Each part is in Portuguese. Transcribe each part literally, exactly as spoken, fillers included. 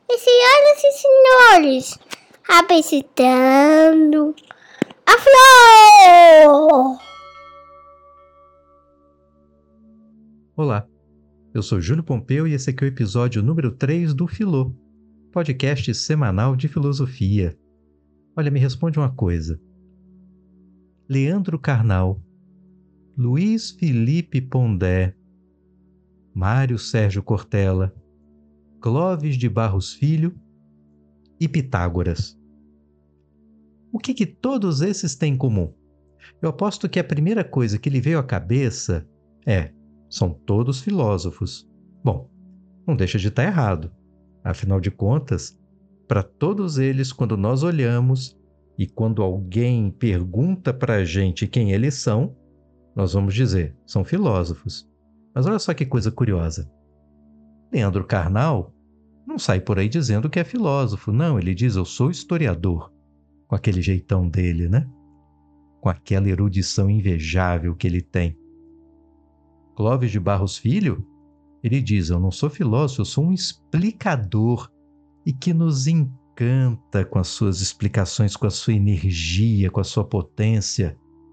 E senhoras e senhores, apresentando a Flor! Olá, eu sou Júlio Pompeu e esse aqui é o episódio número três do Filô, podcast semanal de filosofia. Olha, me responde uma coisa. Leandro Carnal, Luiz Felipe Pondé, Mário Sérgio Cortella, Clóvis de Barros Filho e Pitágoras. O que que todos esses têm em comum? Eu aposto que a primeira coisa que lhe veio à cabeça é, são todos filósofos. Bom, não deixa de estar errado. Afinal de contas, para todos eles, quando nós olhamos e quando alguém pergunta para a gente quem eles são, nós vamos dizer, são filósofos. Mas olha só que coisa curiosa. Leandro Carnal não sai por aí dizendo que é filósofo. Não, ele diz, eu sou historiador. Com aquele jeitão dele, né? Com aquela erudição invejável que ele tem. Clóvis de Barros Filho, ele diz, eu não sou filósofo, eu sou um explicador e que nos encanta com as suas explicações, com a sua energia, com a sua potência.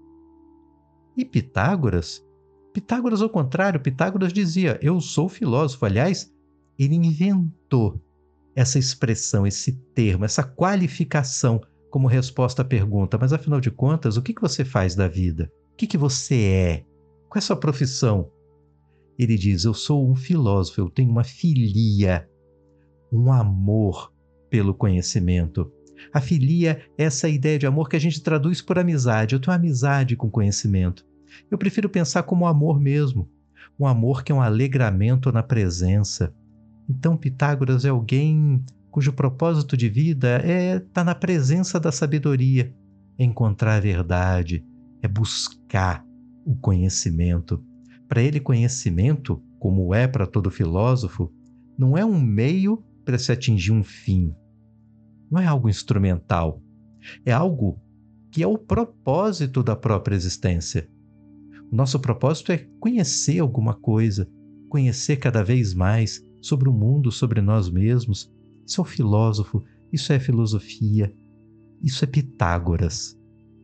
E Pitágoras? Pitágoras, ao contrário, Pitágoras dizia, eu sou filósofo. Aliás, ele inventou essa expressão, esse termo, essa qualificação como resposta à pergunta, mas afinal de contas, o que que você faz da vida? O que que você é? Qual é a sua profissão? Ele diz, eu sou um filósofo, eu tenho uma filia, um amor pelo conhecimento. A filia é essa ideia de amor que a gente traduz por amizade. Eu tenho amizade com conhecimento. Eu prefiro pensar como amor mesmo, um amor que é um alegramento na presença. Então Pitágoras é alguém cujo propósito de vida é estar na presença da sabedoria, é encontrar a verdade, é buscar o conhecimento. Para ele, conhecimento, como é para todo filósofo, não é um meio para se atingir um fim. Não é algo instrumental. É algo que é o propósito da própria existência. O nosso propósito é conhecer alguma coisa, conhecer cada vez mais sobre o mundo, sobre nós mesmos. Isso é o filósofo, isso é filosofia, isso é Pitágoras.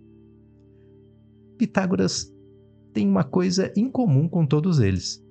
Pitágoras tem uma coisa em comum com todos eles.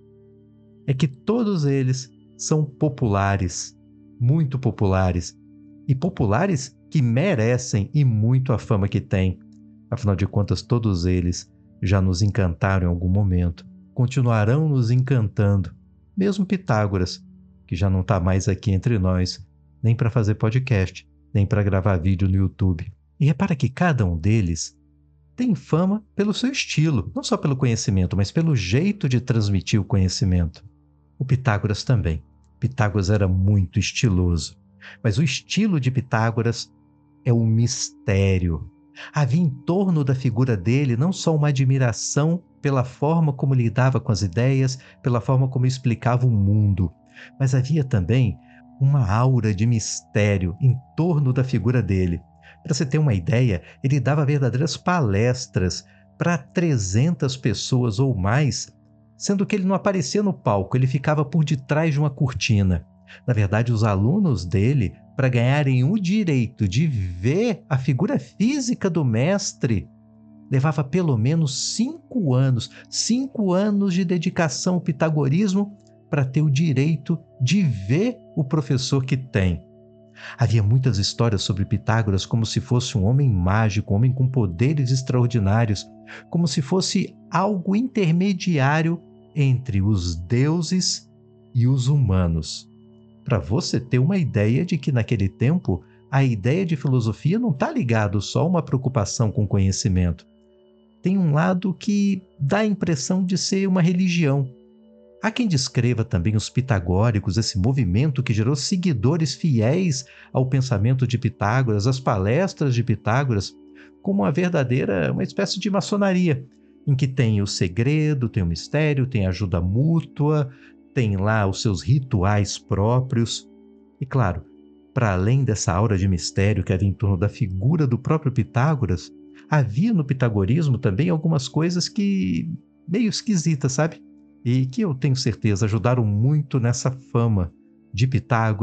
É que todos eles são populares, muito populares, e populares que merecem e muito a fama que têm. Afinal de contas, todos eles já nos encantaram em algum momento, continuarão nos encantando, mesmo Pitágoras, que já não está mais aqui entre nós, nem para fazer podcast, nem para gravar vídeo no YouTube. E repara que cada um deles tem fama pelo seu estilo, não só pelo conhecimento, mas pelo jeito de transmitir o conhecimento. O Pitágoras também. Pitágoras era muito estiloso, mas o estilo de Pitágoras é um mistério. Havia em torno da figura dele não só uma admiração pela forma como lidava com as ideias, pela forma como explicava o mundo, mas havia também uma aura de mistério em torno da figura dele. Para você ter uma ideia, ele dava verdadeiras palestras para trezentas pessoas ou mais, sendo que ele não aparecia no palco, ele ficava por detrás de uma cortina. Na verdade, os alunos dele, para ganharem o direito de ver a figura física do mestre, levava pelo menos cinco anos, cinco anos de dedicação ao pitagorismo para ter o direito de ver o professor que tem. Havia muitas histórias sobre Pitágoras como se fosse um homem mágico, um homem com poderes extraordinários, como se fosse algo intermediário entre os deuses e os humanos. Para você ter uma ideia de que naquele tempo a ideia de filosofia não está ligada só a uma preocupação com conhecimento. Tem um lado que dá a impressão de ser uma religião. Há quem descreva também os pitagóricos, esse movimento que gerou seguidores fiéis ao pensamento de Pitágoras, às palestras de Pitágoras, como uma verdadeira, uma espécie de maçonaria, em que tem o segredo, tem o mistério, tem a ajuda mútua, tem lá os seus rituais próprios. E claro, para além dessa aura de mistério que havia em torno da figura do próprio Pitágoras, havia no pitagorismo também algumas coisas que meio esquisitas, sabe? E que eu tenho certeza ajudaram muito nessa fama de Pitágoras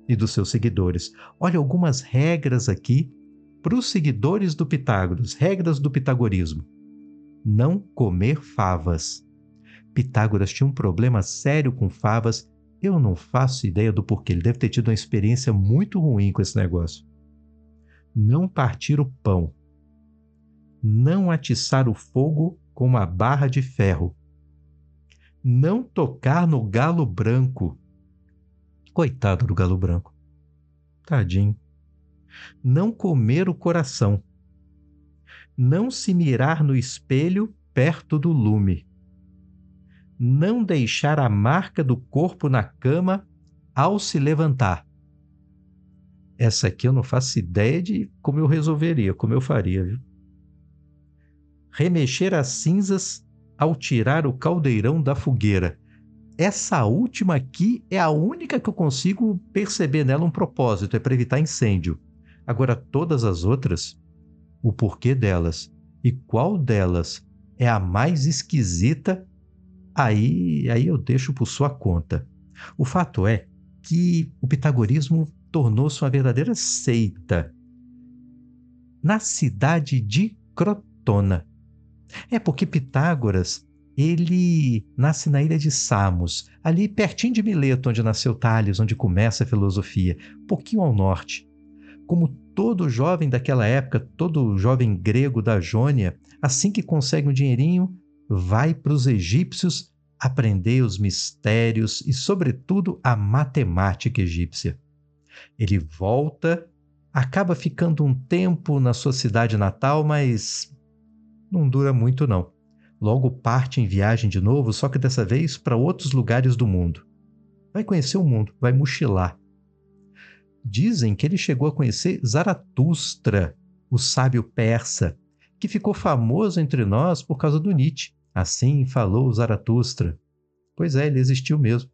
e dos seus seguidores. Olha algumas regras aqui para os seguidores do Pitágoras, regras do pitagorismo. Não comer favas. Pitágoras tinha um problema sério com favas. Eu não faço ideia do porquê. Ele deve ter tido uma experiência muito ruim com esse negócio. Não partir o pão. Não atiçar o fogo com uma barra de ferro. Não tocar no galo branco. Coitado do galo branco. Tadinho. Não comer o coração. Não se mirar no espelho perto do lume. Não deixar a marca do corpo na cama ao se levantar. Essa aqui eu não faço ideia de como eu resolveria, como eu faria, viu? Remexer as cinzas ao tirar o caldeirão da fogueira. Essa última aqui é a única que eu consigo perceber nela um propósito, é para evitar incêndio. Agora, todas as outras, o porquê delas e qual delas é a mais esquisita, aí, aí eu deixo por sua conta. O fato é que o pitagorismo tornou-se uma verdadeira seita na cidade de Crotona. É porque Pitágoras, ele nasce na ilha de Samos, ali pertinho de Mileto, onde nasceu Tales, onde começa a filosofia, um pouquinho ao norte. Como todo jovem daquela época, todo jovem grego da Jônia, assim que consegue um dinheirinho, vai para os egípcios aprender os mistérios e, sobretudo, a matemática egípcia. Ele volta, acaba ficando um tempo na sua cidade natal, mas não dura muito não. Logo parte em viagem de novo, só que dessa vez para outros lugares do mundo. Vai conhecer o mundo, vai mochilar. Dizem que ele chegou a conhecer Zaratustra, o sábio persa, que ficou famoso entre nós por causa do Nietzsche. Assim falou Zaratustra. Pois é, ele existiu mesmo.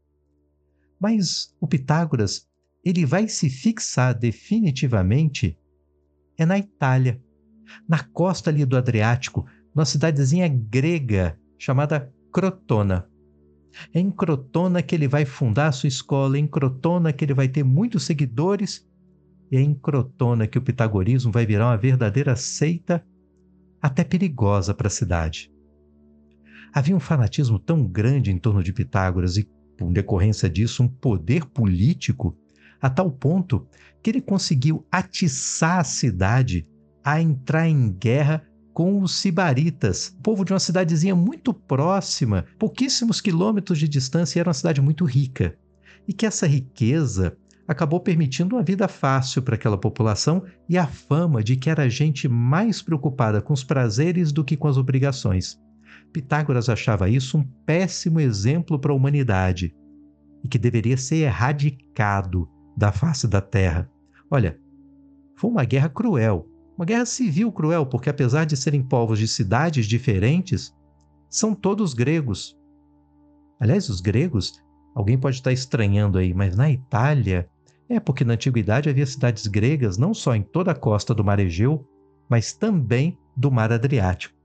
Mas o Pitágoras, ele vai se fixar definitivamente é na Itália, na costa ali do Adriático, numa cidadezinha grega chamada Crotona. É em Crotona que ele vai fundar a sua escola, é em Crotona que ele vai ter muitos seguidores, e é em Crotona que o pitagorismo vai virar uma verdadeira seita, até perigosa para a cidade. Havia um fanatismo tão grande em torno de Pitágoras e, por decorrência disso, um poder político, a tal ponto que ele conseguiu atiçar a cidade a entrar em guerra com os sibaritas, povo de uma cidadezinha muito próxima, pouquíssimos quilômetros de distância, e era uma cidade muito rica. E que essa riqueza acabou permitindo uma vida fácil para aquela população e a fama de que era gente mais preocupada com os prazeres do que com as obrigações. Pitágoras achava isso um péssimo exemplo para a humanidade e que deveria ser erradicado da face da terra. Olha, foi uma guerra cruel, uma guerra civil cruel, porque apesar de serem povos de cidades diferentes, são todos gregos. Aliás, os gregos, alguém pode estar estranhando aí, mas na Itália, é porque na antiguidade havia cidades gregas não só em toda a costa do Mar Egeu, mas também do Mar Adriático.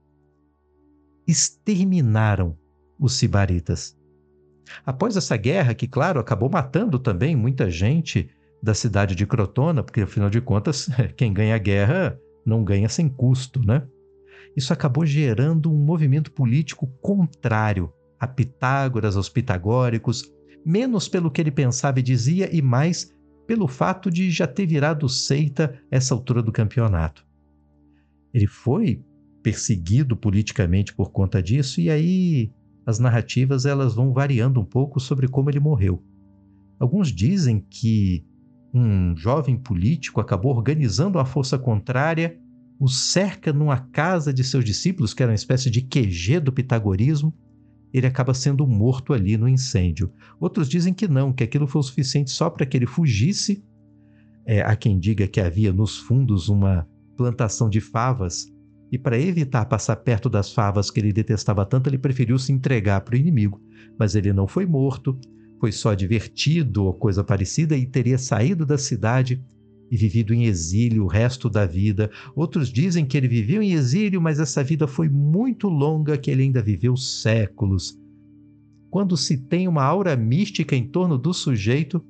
Exterminaram os sibaritas. Após essa guerra, que claro, acabou matando também muita gente da cidade de Crotona, porque afinal de contas, quem ganha a guerra não ganha sem custo, né? Isso acabou gerando um movimento político contrário a Pitágoras, aos pitagóricos, menos pelo que ele pensava e dizia e mais pelo fato de já ter virado seita essa altura do campeonato. Ele foi perseguido politicamente por conta disso, e aí as narrativas elas vão variando um pouco sobre como ele morreu. Alguns dizem que um jovem político acabou organizando uma força contrária, o cerca numa casa de seus discípulos, que era uma espécie de Q G do pitagorismo, ele acaba sendo morto ali no incêndio. Outros dizem que não, que aquilo foi o suficiente só para que ele fugisse. É, há quem diga que havia nos fundos uma plantação de favas, e para evitar passar perto das favas que ele detestava tanto, ele preferiu se entregar para o inimigo, mas ele não foi morto, foi só divertido ou coisa parecida e teria saído da cidade e vivido em exílio o resto da vida. Outros dizem que ele viveu em exílio, mas essa vida foi muito longa, que ele ainda viveu séculos. Quando se tem uma aura mística em torno do sujeito,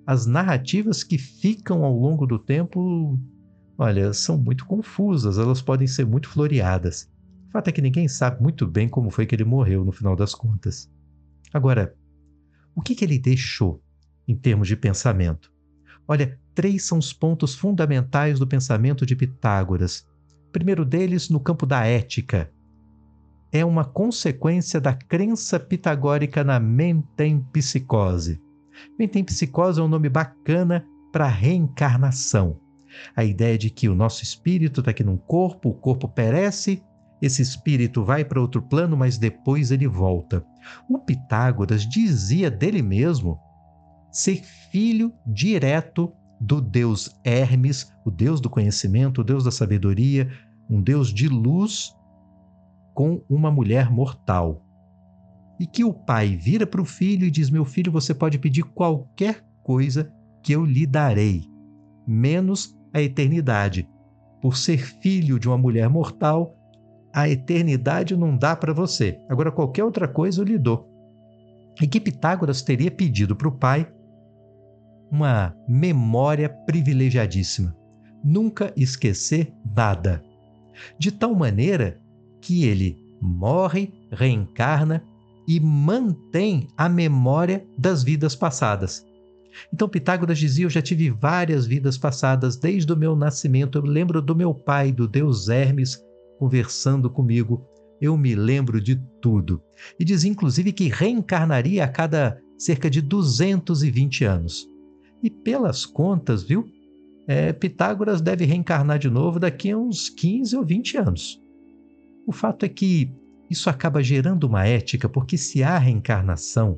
as narrativas que ficam ao longo do tempo, olha, são muito confusas, elas podem ser muito floreadas. O fato é que ninguém sabe muito bem como foi que ele morreu no final das contas. Agora, o que, que ele deixou em termos de pensamento? Olha, três são os pontos fundamentais do pensamento de Pitágoras. O primeiro deles, no campo da ética, é uma consequência da crença pitagórica na metempsicose. Metempsicose é um nome bacana para reencarnação. A ideia de que o nosso espírito está aqui num corpo, o corpo perece, esse espírito vai para outro plano, mas depois ele volta. O Pitágoras dizia dele mesmo ser filho direto do deus Hermes, o deus do conhecimento, o deus da sabedoria, um deus de luz com uma mulher mortal. E que o pai vira para o filho e diz: meu filho, você pode pedir qualquer coisa que eu lhe darei, menos a eternidade. Por ser filho de uma mulher mortal, a eternidade não dá para você. Agora, qualquer outra coisa eu lhe dou. E que Pitágoras teria pedido para o pai uma memória privilegiadíssima. Nunca esquecer nada. De tal maneira que ele morre, reencarna e mantém a memória das vidas passadas. Então Pitágoras dizia: eu já tive várias vidas passadas desde o meu nascimento. Eu lembro do meu pai, do deus Hermes, conversando comigo. Eu me lembro de tudo. E dizia inclusive que reencarnaria a cada cerca de duzentos e vinte anos. E pelas contas, viu? É, Pitágoras deve reencarnar de novo daqui a uns quinze ou vinte anos. O fato é que isso acaba gerando uma ética, porque se há reencarnação,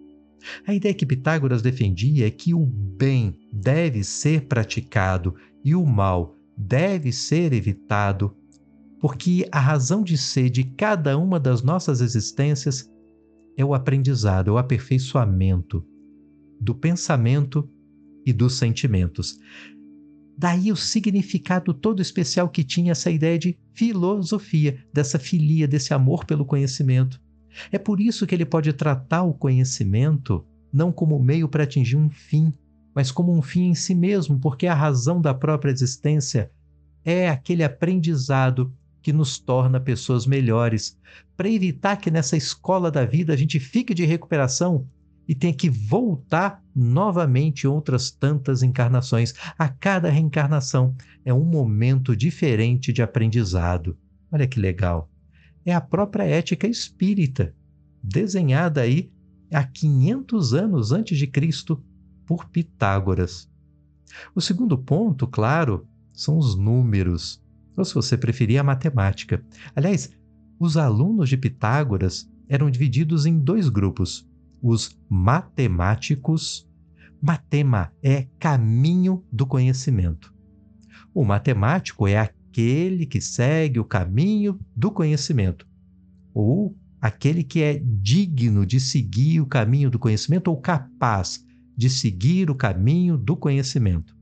a ideia que Pitágoras defendia é que o bem deve ser praticado e o mal deve ser evitado, porque a razão de ser de cada uma das nossas existências é o aprendizado, é o aperfeiçoamento do pensamento e dos sentimentos. Daí o significado todo especial que tinha essa ideia de filosofia, dessa filia, desse amor pelo conhecimento. É por isso que ele pode tratar o conhecimento não como meio para atingir um fim, mas como um fim em si mesmo, porque a razão da própria existência é aquele aprendizado que nos torna pessoas melhores, para evitar que nessa escola da vida a gente fique de recuperação e tenha que voltar novamente outras tantas encarnações. A cada reencarnação é um momento diferente de aprendizado. Olha que legal. É a própria ética espírita, desenhada aí há quinhentos anos antes de Cristo por Pitágoras. O segundo ponto, claro, são os números, ou se você preferir, a matemática. Aliás, os alunos de Pitágoras eram divididos em dois grupos. Os matemáticos. Matema é caminho do conhecimento. O matemático é aquele que segue o caminho do conhecimento, ou aquele que é digno de seguir o caminho do conhecimento ou capaz de seguir o caminho do conhecimento.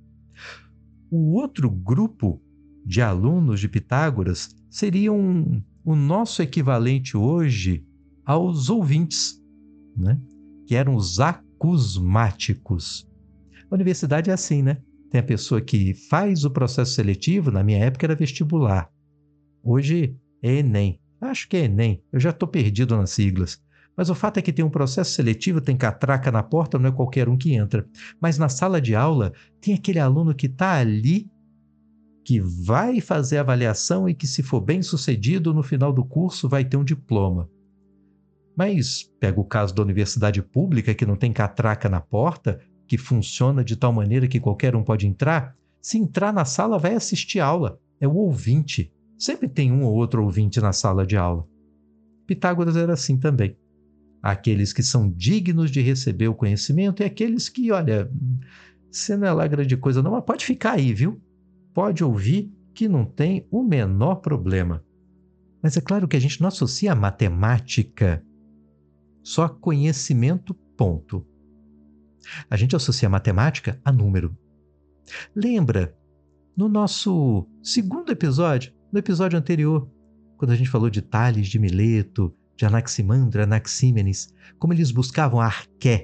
O outro grupo de alunos de Pitágoras seriam o nosso equivalente hoje aos ouvintes, né? Que eram os acusmáticos. A universidade é assim, né? Tem a pessoa que faz o processo seletivo, na minha época era vestibular. Hoje é Enem. Acho que é Enem, eu já estou perdido nas siglas. Mas o fato é que tem um processo seletivo, tem catraca na porta, não é qualquer um que entra. Mas na sala de aula tem aquele aluno que está ali, que vai fazer a avaliação e que, se for bem sucedido, no final do curso vai ter um diploma. Mas pega o caso da universidade pública, que não tem catraca na porta, que funciona de tal maneira que qualquer um pode entrar. Se entrar na sala, vai assistir aula. É o ouvinte. Sempre tem um ou outro ouvinte na sala de aula. Pitágoras era assim também. Aqueles que são dignos de receber o conhecimento e aqueles que, olha, você não é lá grande coisa não, mas pode ficar aí, viu? Pode ouvir que não tem o menor problema. Mas é claro que a gente não associa a matemática só a conhecimento, ponto. A gente associa a matemática a número. Lembra, no nosso segundo episódio, no episódio anterior, quando a gente falou de Tales de Mileto, de Anaximandro, Anaxímenes, como eles buscavam a arqué,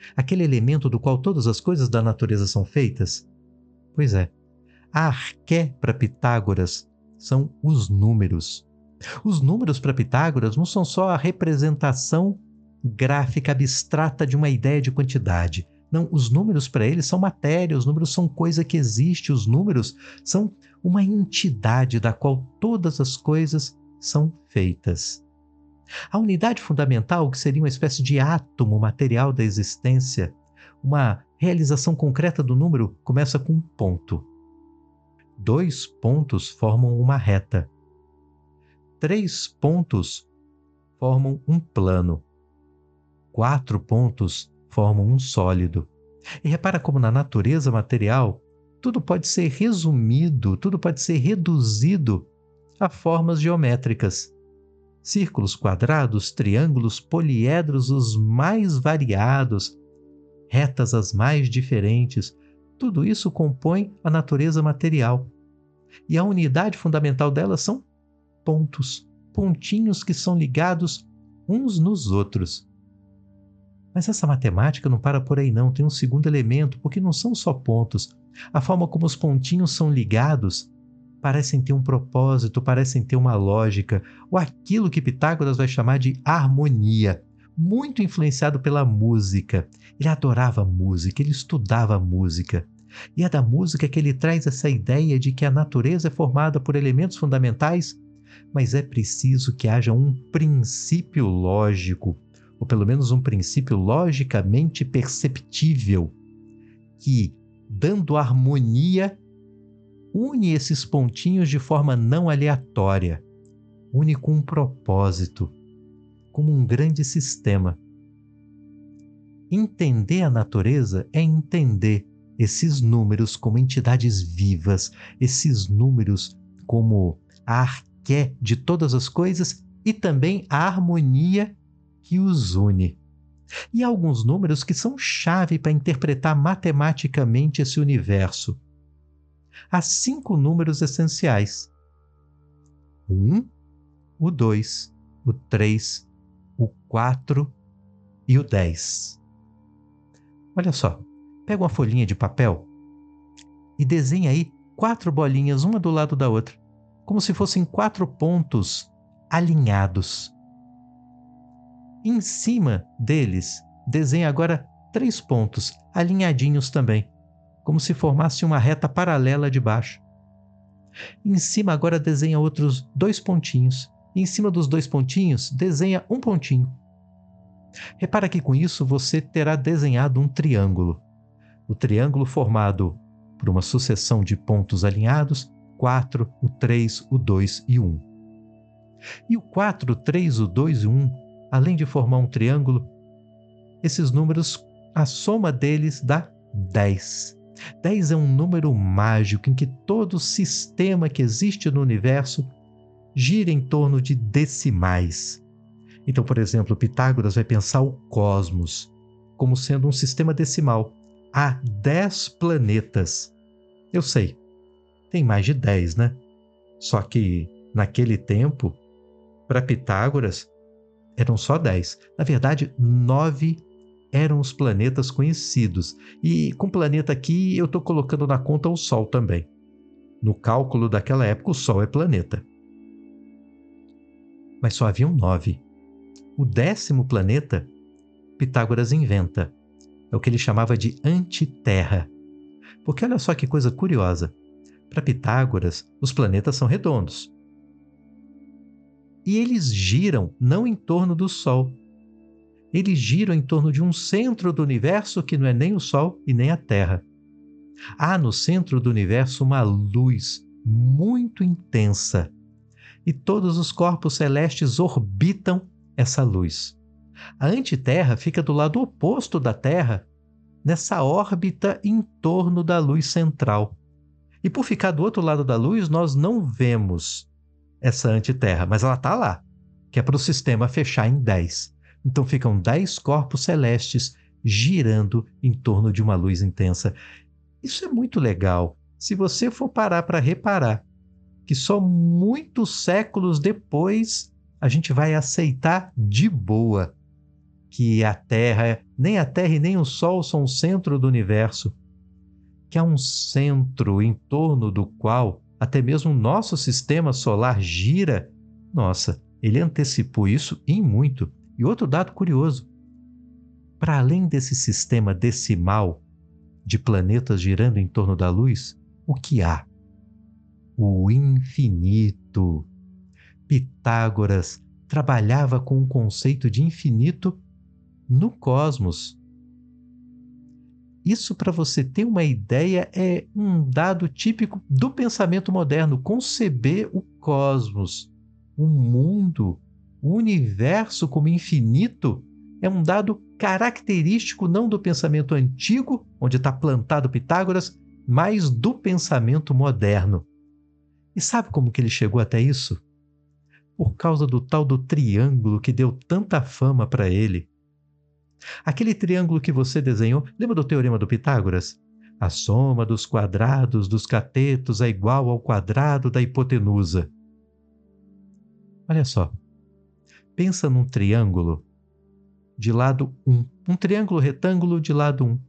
Aquele elemento do qual todas as coisas da natureza são feitas? Pois é, a arqué para Pitágoras são os números. Os números para Pitágoras não são só a representação gráfica abstrata de uma ideia de quantidade. Não, os números para ele são matéria, os números são coisa que existe, os números são uma entidade da qual todas as coisas são feitas. A unidade fundamental, que seria uma espécie de átomo material da existência, uma realização concreta do número, começa com um ponto. Dois pontos formam uma reta. Três pontos formam um plano. Quatro pontos formam um sólido. E repara como na natureza material tudo pode ser resumido, tudo pode ser reduzido a formas geométricas. Círculos, quadrados, triângulos, poliedros os mais variados, retas as mais diferentes, tudo isso compõe a natureza material. E a unidade fundamental delas são pontos, pontinhos que são ligados uns nos outros. Mas essa matemática não para por aí não, tem um segundo elemento, porque não são só pontos. A forma como os pontinhos são ligados parecem ter um propósito, parecem ter uma lógica, ou aquilo que Pitágoras vai chamar de harmonia, muito influenciado pela música. Ele adorava música, ele estudava música. E é da música que ele traz essa ideia de que a natureza é formada por elementos fundamentais, mas é preciso que haja um princípio lógico, ou pelo menos um princípio logicamente perceptível, que, dando harmonia, une esses pontinhos de forma não aleatória, une com um propósito, como um grande sistema. Entender a natureza é entender esses números como entidades vivas, esses números como a arqué de todas as coisas e também a harmonia que os une. E há alguns números que são chave para interpretar matematicamente esse universo. Há cinco números essenciais: o um, o dois, o três, o quatro e o dez. Olha só, pega uma folhinha de papel e desenha aí quatro bolinhas, uma do lado da outra, como se fossem quatro pontos alinhados. Em cima deles, desenha agora três pontos alinhadinhos também, como se formasse uma reta paralela de baixo. Em cima agora desenha outros dois pontinhos. E em cima dos dois pontinhos, desenha um pontinho. Repara que com isso você terá desenhado um triângulo. O triângulo formado por uma sucessão de pontos alinhados, quatro, o três, o dois e o um. E o quatro, o três, o dois e o um, além de formar um triângulo, esses números, a soma deles dá dez. dez é um número mágico em que todo sistema que existe no universo gira em torno de decimais. Então, por exemplo, Pitágoras vai pensar o cosmos como sendo um sistema decimal. Há dez planetas. Eu sei, tem mais de dez, né? Só que, naquele tempo, para Pitágoras, eram só dez. Na verdade, nove eram os planetas conhecidos. E com planeta aqui, eu estou colocando na conta o Sol também. No cálculo daquela época, o Sol é planeta. Mas só haviam nove. O décimo planeta, Pitágoras inventa. É o que ele chamava de antiterra. Porque olha só que coisa curiosa. Para Pitágoras, os planetas são redondos. E eles giram não em torno do Sol. Eles giram em torno de um centro do universo que não é nem o Sol e nem a Terra. Há no centro do universo uma luz muito intensa. E todos os corpos celestes orbitam essa luz. A antiterra fica do lado oposto da Terra, nessa órbita em torno da luz central. E por ficar do outro lado da luz, nós não vemos essa antiterra, mas ela está lá, que é para o sistema fechar em dez. Então ficam dez corpos celestes girando em torno de uma luz intensa. Isso é muito legal. Se você for parar para reparar que só muitos séculos depois a gente vai aceitar de boa que a Terra, nem a Terra e nem o Sol são o centro do universo, que há um centro em torno do qual até mesmo o nosso sistema solar gira. Nossa, ele antecipou isso em muito. E outro dado curioso, para além desse sistema decimal de planetas girando em torno da luz, o que há? O infinito. Pitágoras trabalhava com o conceito de infinito no cosmos. Isso, para você ter uma ideia, é um dado típico do pensamento moderno, conceber o cosmos, o mundo, o universo como infinito, é um dado característico não do pensamento antigo, onde está plantado Pitágoras, mas do pensamento moderno. E sabe como que ele chegou até isso? Por causa do tal do triângulo que deu tanta fama para ele. Aquele triângulo que você desenhou, lembra do teorema do Pitágoras? A soma dos quadrados dos catetos é igual ao quadrado da hipotenusa. Olha só, pensa num triângulo de lado um, um triângulo retângulo de lado um.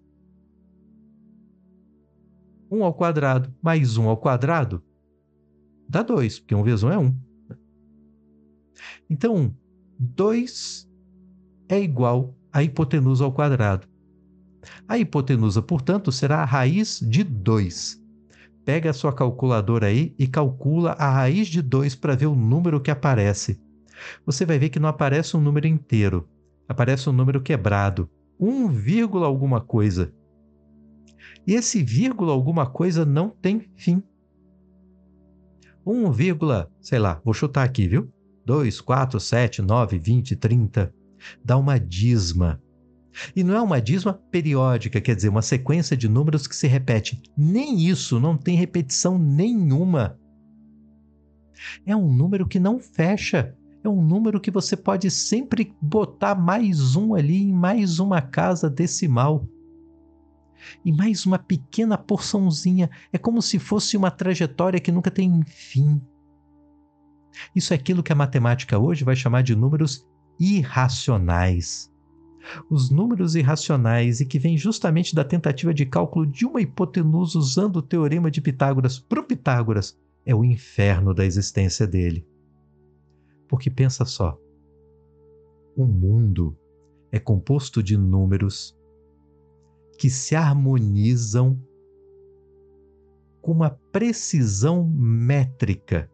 um ao quadrado mais um ao quadrado dá dois, porque um vezes um é um. Então, dois é igual a hipotenusa ao quadrado. A hipotenusa, portanto, será a raiz de dois. Pega a sua calculadora aí e calcula a raiz de dois para ver o número que aparece. Você vai ver que não aparece um número inteiro, aparece um número quebrado, um vírgula alguma coisa. E esse vírgula alguma coisa não tem fim. um vírgula, sei lá, vou chutar aqui, viu? dois, quatro, sete, nove, vinte, trinta. Dá uma dízima. E não é uma dízima periódica, quer dizer, uma sequência de números que se repete. Nem isso, não tem repetição nenhuma. É um número que não fecha. É um número que você pode sempre botar mais um ali em mais uma casa decimal. E mais uma pequena porçãozinha. É como se fosse uma trajetória que nunca tem fim. Isso é aquilo que a matemática hoje vai chamar de números irracionais. Os números irracionais e que vêm justamente da tentativa de cálculo de uma hipotenusa usando o teorema de Pitágoras para o Pitágoras é o inferno da existência dele. Porque pensa só, o mundo é composto de números que se harmonizam com uma precisão métrica.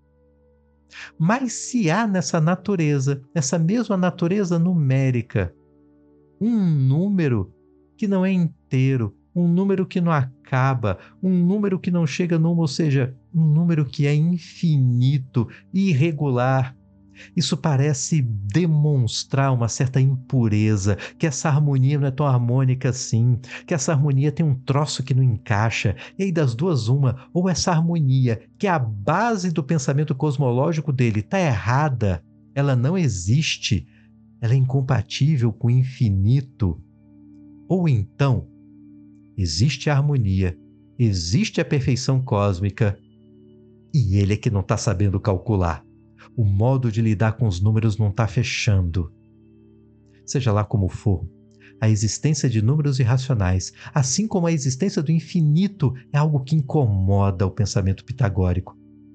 Mas se há nessa natureza, nessa mesma natureza numérica, um número que não é inteiro, um número que não acaba, um número que não chega numa, ou seja, um número que é infinito, irregular, isso parece demonstrar uma certa impureza, que essa harmonia não é tão harmônica assim, que essa harmonia tem um troço que não encaixa, e aí das duas uma, ou essa harmonia, que é a base do pensamento cosmológico dele, está errada, ela não existe, ela é incompatível com o infinito, ou então, existe a harmonia, existe a perfeição cósmica, e ele é que não está sabendo calcular. O modo de lidar com os números não está fechando. Seja lá como for, a existência de números irracionais, assim como a existência do infinito, é algo que incomoda o pensamento pitagórico.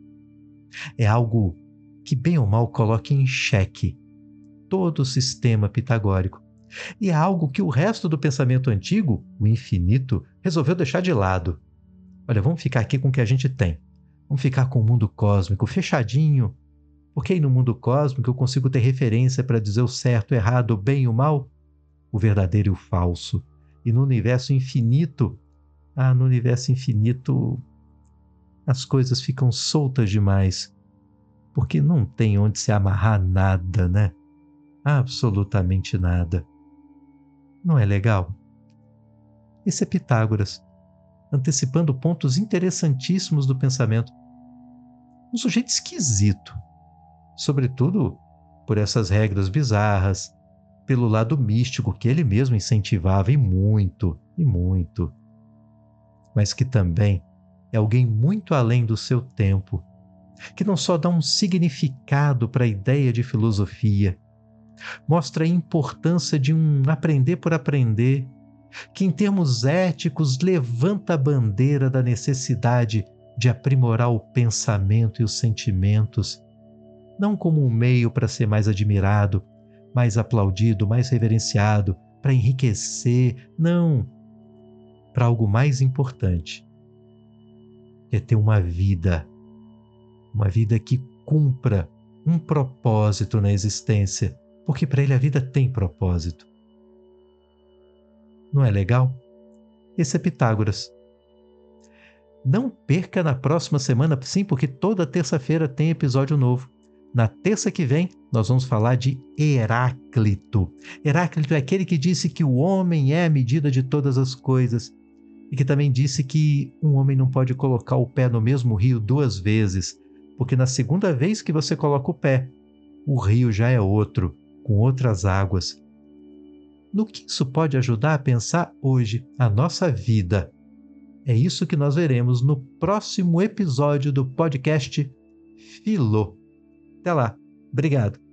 É algo que, bem ou mal, coloca em xeque todo o sistema pitagórico. E é algo que o resto do pensamento antigo, o infinito, resolveu deixar de lado. Olha, vamos ficar aqui com o que a gente tem. Vamos ficar com o mundo cósmico fechadinho, porque aí no mundo cósmico eu consigo ter referência para dizer o certo, o errado, o bem e o mal, o verdadeiro e o falso. E no universo infinito, ah, no universo infinito, as coisas ficam soltas demais, porque não tem onde se amarrar nada, né? Absolutamente nada. Não é legal? Esse é Pitágoras, antecipando pontos interessantíssimos do pensamento. Um sujeito esquisito, sobretudo por essas regras bizarras, pelo lado místico que ele mesmo incentivava e muito, e muito. Mas que também é alguém muito além do seu tempo, que não só dá um significado para a ideia de filosofia, Mostra a importância de um aprender por aprender, que em termos éticos levanta a bandeira da necessidade de aprimorar o pensamento e os sentimentos, não como um meio para ser mais admirado, mais aplaudido, mais reverenciado, para enriquecer, não, para algo mais importante, que é ter uma vida, uma vida que cumpra um propósito na existência, porque para ele a vida tem propósito. Não é legal? Esse é Pitágoras. Não perca na próxima semana, sim, porque toda terça-feira tem episódio novo. Na terça que vem, nós vamos falar de Heráclito. Heráclito é aquele que disse que o homem é a medida de todas as coisas e que também disse que um homem não pode colocar o pé no mesmo rio duas vezes, porque na segunda vez que você coloca o pé, o rio já é outro, com outras águas. No que isso pode ajudar a pensar hoje a nossa vida? É isso que nós veremos no próximo episódio do podcast Filô. Até lá. Obrigado.